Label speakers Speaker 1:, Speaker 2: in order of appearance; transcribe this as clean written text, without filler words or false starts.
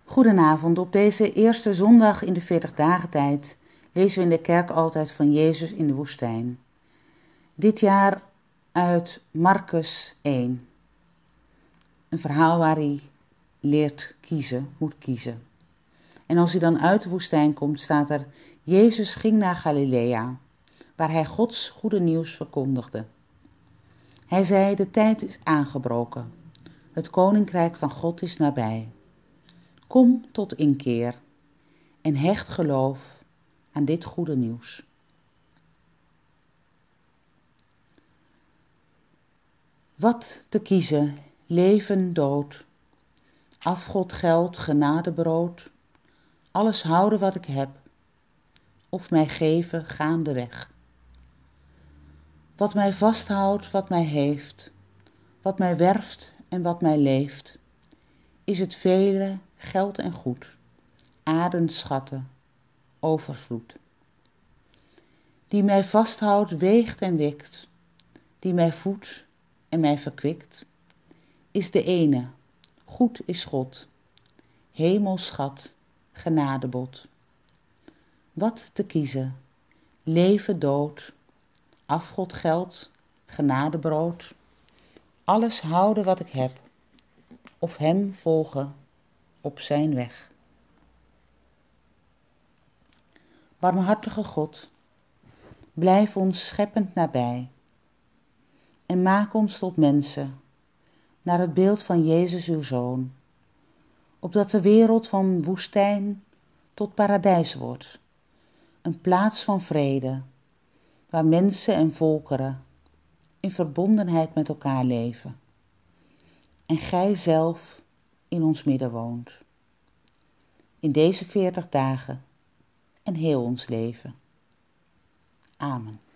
Speaker 1: Goedenavond, op deze eerste zondag in de 40 dagen tijd lezen we in de kerk altijd van Jezus in de woestijn. Dit jaar uit Marcus 1. Een verhaal waar hij moet kiezen. En als hij dan uit de woestijn komt, staat er: Jezus ging naar Galilea, waar hij Gods goede nieuws verkondigde. Hij zei: de tijd is aangebroken. Het koninkrijk van God is nabij. Kom tot inkeer en hecht geloof aan dit goede nieuws. Wat te kiezen, leven, dood, afgod, geld, genadebrood, alles houden wat ik heb, of mij geven gaandeweg. Wat mij vasthoudt, wat mij heeft, wat mij werft en wat mij leeft, is het vele geld en goed, aardschatten, overvloed. Die mij vasthoudt, weegt en wikt, die mij voedt en mij verkwikt, is de ene, goed is God, hemelschat, genadebod. Wat te kiezen, leven, dood, afgod, geld, genadebrood, alles houden wat ik heb, of hem volgen op zijn weg. Barmhartige God, blijf ons scheppend nabij en maak ons tot mensen, naar het beeld van Jezus uw Zoon, opdat de wereld van woestijn tot paradijs wordt, een plaats van vrede, waar mensen en volkeren in verbondenheid met elkaar leven en Gij zelf in ons midden woont. In deze 40 dagen en heel ons leven. Amen.